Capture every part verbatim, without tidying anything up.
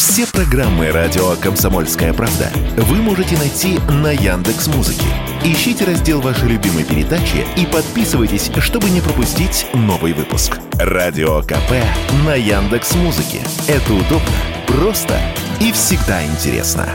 Все программы радио «Комсомольская правда» вы можете найти на Яндекс.Музыке. Ищите раздел вашей любимой передачи и подписывайтесь, чтобы не пропустить новый выпуск. Радио КП на Яндекс.Музыке. Это удобно, просто и всегда интересно.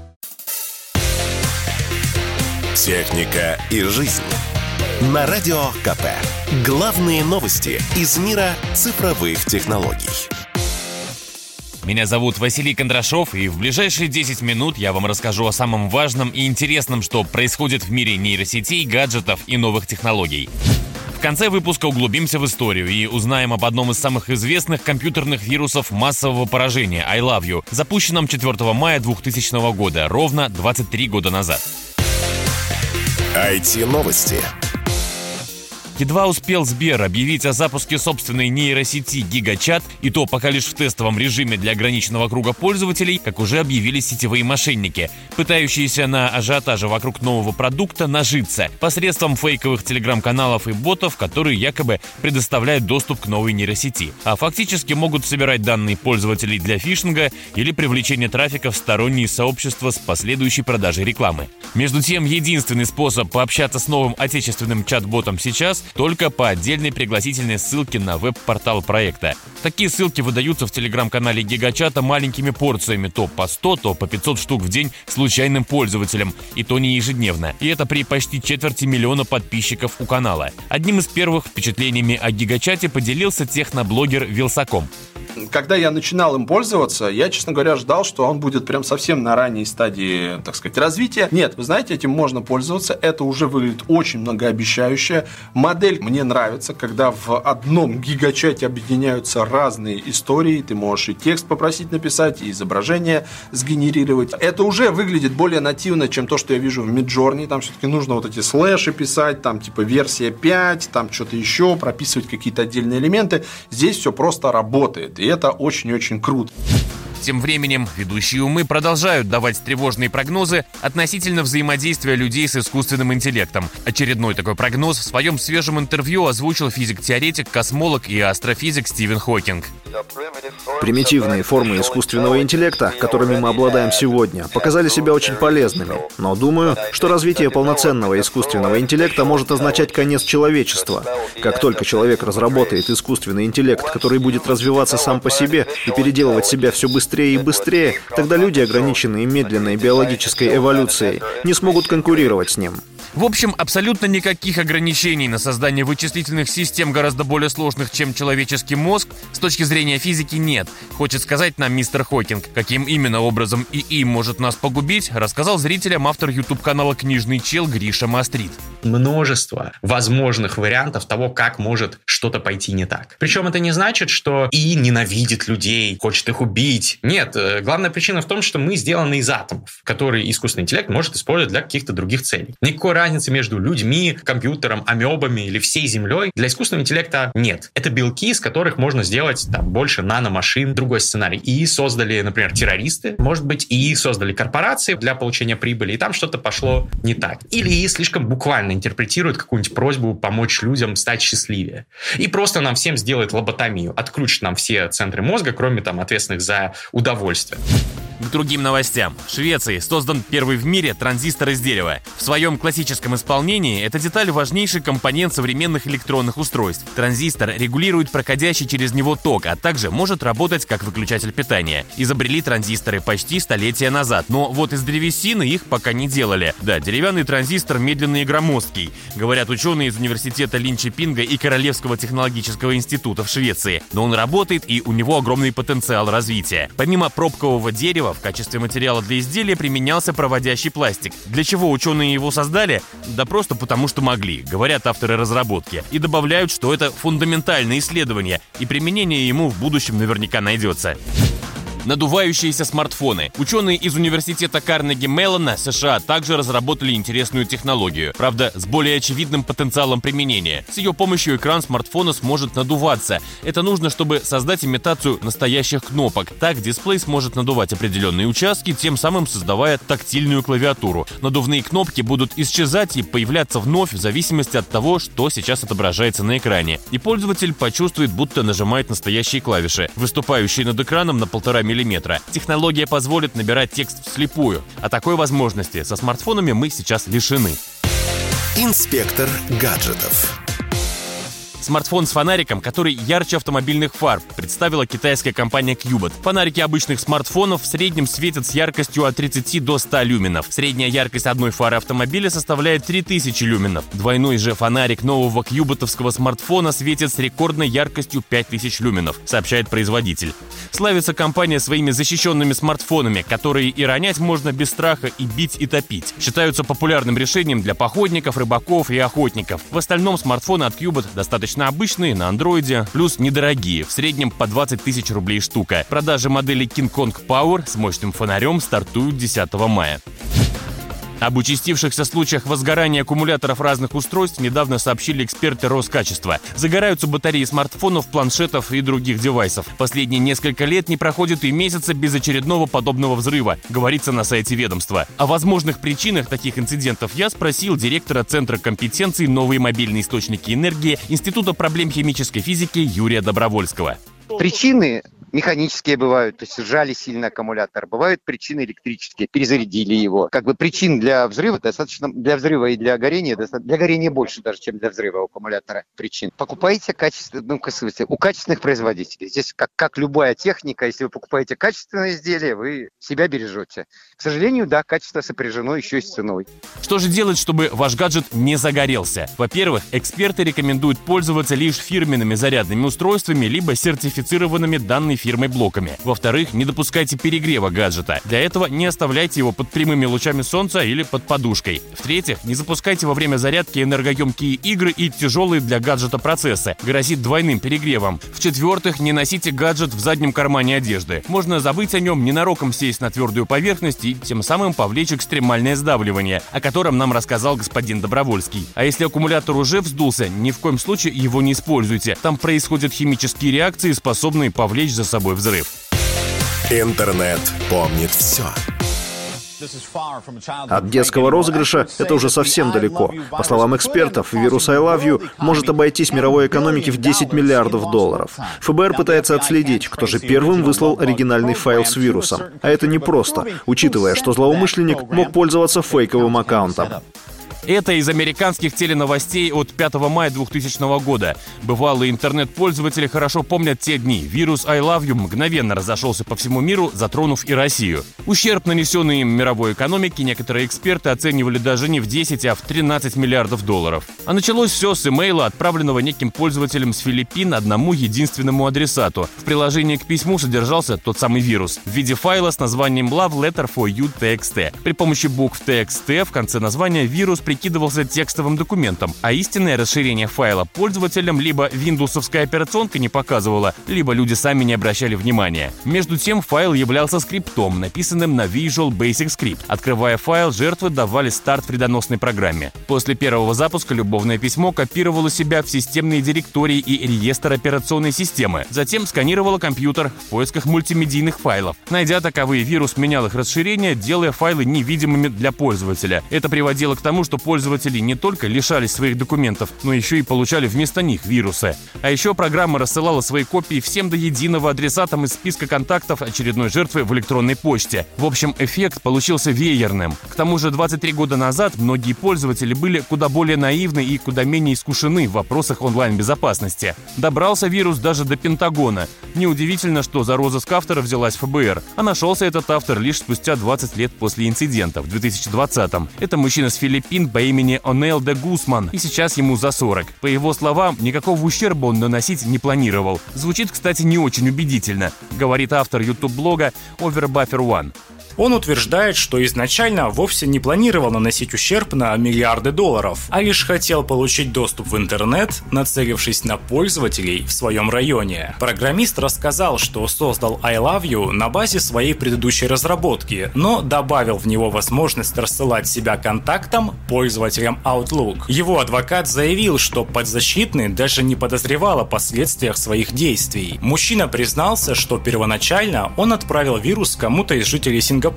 Техника и жизнь. На Радио КП. Главные новости из мира цифровых технологий. Меня зовут Василий Кондрашов, и в ближайшие десять минут я вам расскажу о самом важном и интересном, что происходит в мире нейросетей, гаджетов и новых технологий. В конце выпуска углубимся в историю и узнаем об одном из самых известных компьютерных вирусов массового поражения I Love You, запущенном четвёртого мая двухтысячного года, ровно двадцать три года назад. ай ти-новости. Едва успел Сбер объявить о запуске собственной нейросети GigaChat, и то пока лишь в тестовом режиме для ограниченного круга пользователей, как уже объявили сетевые мошенники, пытающиеся на ажиотаже вокруг нового продукта нажиться посредством фейковых телеграм-каналов и ботов, которые якобы предоставляют доступ к новой нейросети, а фактически могут собирать данные пользователей для фишинга или привлечения трафика в сторонние сообщества с последующей продажей рекламы. Между тем, единственный способ пообщаться с новым отечественным чат-ботом сейчас – только по отдельной пригласительной ссылке на веб-портал проекта. Такие ссылки выдаются в телеграм-канале GigaChat маленькими порциями, то по сто, то по пятьсот штук в день случайным пользователям, и то не ежедневно. И это при почти четверти миллиона подписчиков у канала. Одним из первых впечатлениями о GigaChat поделился техноблогер Вилсаком. Когда я начинал им пользоваться, я, честно говоря, ждал, что он будет прям совсем на ранней стадии, так сказать, развития. Нет, вы знаете, этим можно пользоваться. Это уже выглядит очень многообещающе. Модель мне нравится, когда в одном гигачате объединяются разные истории. Ты можешь и текст попросить написать, и изображение сгенерировать. Это уже выглядит более нативно, чем то, что я вижу в Midjourney. Там все-таки нужно вот эти слэши писать, там типа версия пять, там что-то еще, прописывать какие-то отдельные элементы. Здесь все просто работает. И это очень-очень круто. Тем временем ведущие умы продолжают давать тревожные прогнозы относительно взаимодействия людей с искусственным интеллектом. Очередной такой прогноз в своем свежем интервью озвучил физик-теоретик, космолог и астрофизик Стивен Хокинг. Примитивные формы искусственного интеллекта, которыми мы обладаем сегодня, показали себя очень полезными. Но думаю, что развитие полноценного искусственного интеллекта может означать конец человечества. Как только человек разработает искусственный интеллект, который будет развиваться сам по себе и переделывать себя все быстрее и быстрее, тогда люди, ограниченные медленной биологической эволюцией, не смогут конкурировать с ним. В общем, абсолютно никаких ограничений на создание вычислительных систем гораздо более сложных, чем человеческий мозг, с точки зрения физики нет. Хочет сказать нам мистер Хокинг. Каким именно образом ИИ может нас погубить, рассказал зрителям автор YouTube-канала «Книжный чел» Гриша Мастрид. Множество возможных вариантов того, как может что-то пойти не так. Причем это не значит, что ИИ ненавидит людей, хочет их убить. Нет, главная причина в том, что мы сделаны из атомов, которые искусственный интеллект может использовать для каких-то других целей. Никакой разницы между людьми, компьютером, амебами или всей Землей для искусственного интеллекта нет. Это белки, из которых можно сделать там больше наномашин. Другой сценарий. ИИ создали, например, террористы. Может быть, ИИ создали корпорации для получения прибыли, и там что-то пошло не так. Или ИИ слишком буквально интерпретирует какую-нибудь просьбу помочь людям стать счастливее. И просто нам всем сделает лоботомию. Отключит нам все центры мозга, кроме там ответственных за удовольствие. К другим новостям. В Швеции создан первый в мире транзистор из дерева. В своем классическом исполнении эта деталь – важнейший компонент современных электронных устройств. Транзистор регулирует проходящий через него ток, а также может работать как выключатель питания. Изобрели транзисторы почти столетия назад, но вот из древесины их пока не делали. Да, деревянный транзистор медленный и громоздкий, говорят ученые из университета Линчепинга и Королевского технологического института в Швеции. Но он работает, и у него огромный потенциал развития. Помимо пробкового дерева, в качестве материала для изделия применялся проводящий пластик. Для чего ученые его создали? Да просто потому, что могли, говорят авторы разработки. И добавляют, что это фундаментальное исследование, и применение ему в будущем наверняка найдется. Надувающиеся смартфоны. Ученые из университета Карнеги Меллона, США, также разработали интересную технологию. Правда, с более очевидным потенциалом применения. С ее помощью экран смартфона сможет надуваться. Это нужно, чтобы создать имитацию настоящих кнопок. Так дисплей сможет надувать определенные участки, тем самым создавая тактильную клавиатуру. Надувные кнопки будут исчезать и появляться вновь в зависимости от того, что сейчас отображается на экране. И пользователь почувствует, будто нажимает настоящие клавиши, выступающие над экраном на полтора миллиметра миллиметра. Технология позволит набирать текст вслепую. А такой возможности со смартфонами мы сейчас лишены. Инспектор гаджетов. Смартфон с фонариком, который ярче автомобильных фар, представила китайская компания Cubot. Фонарики обычных смартфонов в среднем светят с яркостью от тридцати до ста люменов. Средняя яркость одной фары автомобиля составляет три тысячи люменов. Двойной же фонарик нового кьюботовского смартфона светит с рекордной яркостью пять тысяч люменов, сообщает производитель. Славится компания своими защищенными смартфонами, которые и ронять можно без страха, и бить, и топить. Считаются популярным решением для походников, рыбаков и охотников. В остальном смартфоны от Cubot достаточно обычные, на андроиде, плюс недорогие, в среднем по двадцать тысяч рублей штука. Продажи модели King Kong Power с мощным фонарем стартуют десятого мая. Об участившихся случаях возгорания аккумуляторов разных устройств недавно сообщили эксперты Роскачества. Загораются батареи смартфонов, планшетов и других девайсов. Последние несколько лет не проходит и месяца без очередного подобного взрыва, говорится на сайте ведомства. О возможных причинах таких инцидентов я спросил директора Центра компетенций «Новые мобильные источники энергии» Института проблем химической физики Юрия Добровольского. Причины механические бывают, то есть сжали сильно аккумулятор. Бывают причины электрические, перезарядили его. Как бы причин для взрыва достаточно, для взрыва и для горения, для горения больше даже, чем для взрыва аккумулятора причин. Покупайте качественные, ну, у качественных производителей. Здесь как, как любая техника, если вы покупаете качественное изделие, вы себя бережете. К сожалению, да, качество сопряжено еще и с ценой. Что же делать, чтобы ваш гаджет не загорелся? Во-первых, эксперты рекомендуют пользоваться лишь фирменными зарядными устройствами, либо сертифицированными данной фирмой блоками. Во-вторых, не допускайте перегрева гаджета. Для этого не оставляйте его под прямыми лучами солнца или под подушкой. В-третьих, не запускайте во время зарядки энергоемкие игры и тяжелые для гаджета процессы. Грозит двойным перегревом. В-четвертых, не носите гаджет в заднем кармане одежды. Можно забыть о нем, ненароком сесть на твердую поверхность и тем самым повлечь экстремальное сдавливание, о котором нам рассказал господин Добровольский. А если аккумулятор уже вздулся, ни в коем случае его не используйте. Там происходят химические реакции, способные повлечь за собой взрыв. Интернет помнит все. От детского розыгрыша это уже совсем далеко. По словам экспертов, вирус I Love You может обойтись мировой экономике в десять миллиардов долларов. эф бэ эр пытается отследить, кто же первым выслал оригинальный файл с вирусом. А это непросто, учитывая, что злоумышленник мог пользоваться фейковым аккаунтом. Это из американских теленовостей от пятого мая двухтысячного года. Бывалые интернет-пользователи хорошо помнят те дни. Вирус I Love You мгновенно разошелся по всему миру, затронув и Россию. Ущерб, нанесенный им мировой экономике, некоторые эксперты оценивали даже не в десять, а в тринадцать миллиардов долларов. А началось все с имейла, отправленного неким пользователем с Филиппин одному единственному адресату. В приложении к письму содержался тот самый вирус в виде файла с названием Love Letter for You ти экс ти. При помощи букв ти экс ти в конце названия вирус прикидывался текстовым документом, а истинное расширение файла пользователям либо виндовсовская операционка не показывала, либо люди сами не обращали внимания. Между тем, файл являлся скриптом, написанным на Visual Basic Script. Открывая файл, жертвы давали старт вредоносной программе. После первого запуска любовное письмо копировало себя в системные директории и реестр операционной системы. Затем сканировало компьютер в поисках мультимедийных файлов. Найдя таковые, вирус менял их расширение, делая файлы невидимыми для пользователя. Это приводило к тому, что пользователи не только лишались своих документов, но еще и получали вместо них вирусы. А еще программа рассылала свои копии всем до единого адресатам из списка контактов очередной жертвы в электронной почте. В общем, эффект получился веерным. К тому же двадцать три года назад многие пользователи были куда более наивны и куда менее искушены в вопросах онлайн-безопасности. Добрался вирус даже до Пентагона. Неудивительно, что за розыск автора взялась эф бэ эр. А нашелся этот автор лишь спустя двадцать лет после инцидента, в две тысячи двадцатом. Это мужчина с Филиппин по имени Онел де Гусман, и сейчас ему за сорок. По его словам, никакого ущерба он наносить не планировал. Звучит, кстати, не очень убедительно, говорит автор YouTube-блога Overbuffer One. Он утверждает, что изначально вовсе не планировал наносить ущерб на миллиарды долларов, а лишь хотел получить доступ в интернет, нацелившись на пользователей в своем районе. Программист рассказал, что создал I Love You на базе своей предыдущей разработки, но добавил в него возможность рассылать себя контактам пользователям Outlook. Его адвокат заявил, что подзащитный даже не подозревал о последствиях своих действий. Мужчина признался, что первоначально он отправил вирус кому-то из жителей Сингапура,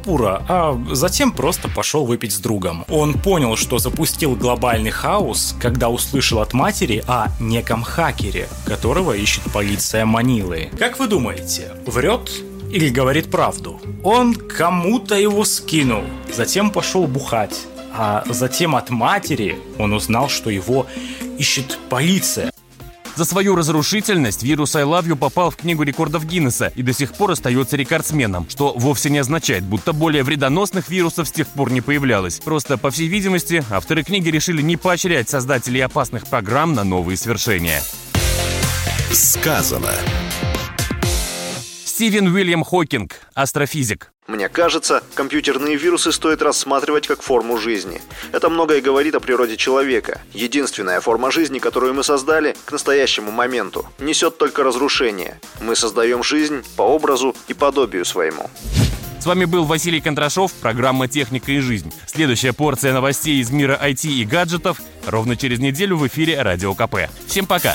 а затем просто пошел выпить с другом. Он понял, что запустил глобальный хаос, когда услышал от матери о неком хакере, которого ищет полиция Манилы. Как вы думаете, врет или говорит правду. Он кому-то его скинул, затем пошел бухать, а затем от матери он узнал, что его ищет полиция. За свою разрушительность вирус I Love You попал в книгу рекордов Гиннесса и до сих пор остается рекордсменом, что вовсе не означает, будто более вредоносных вирусов с тех пор не появлялось. Просто, по всей видимости, авторы книги решили не поощрять создателей опасных программ на новые свершения. Сказано. Стивен Уильям Хокинг, астрофизик. Мне кажется, компьютерные вирусы стоит рассматривать как форму жизни. Это многое говорит о природе человека. Единственная форма жизни, которую мы создали к настоящему моменту, несет только разрушение. Мы создаем жизнь по образу и подобию своему. С вами был Василий Кондрашов, программа «Техника и жизнь». Следующая порция новостей из мира ай ти и гаджетов ровно через неделю в эфире Радио ка пэ. Всем пока!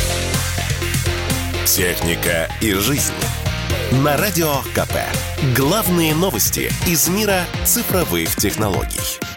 «Техника и жизнь» на Радио ка пэ. Главные новости из мира цифровых технологий.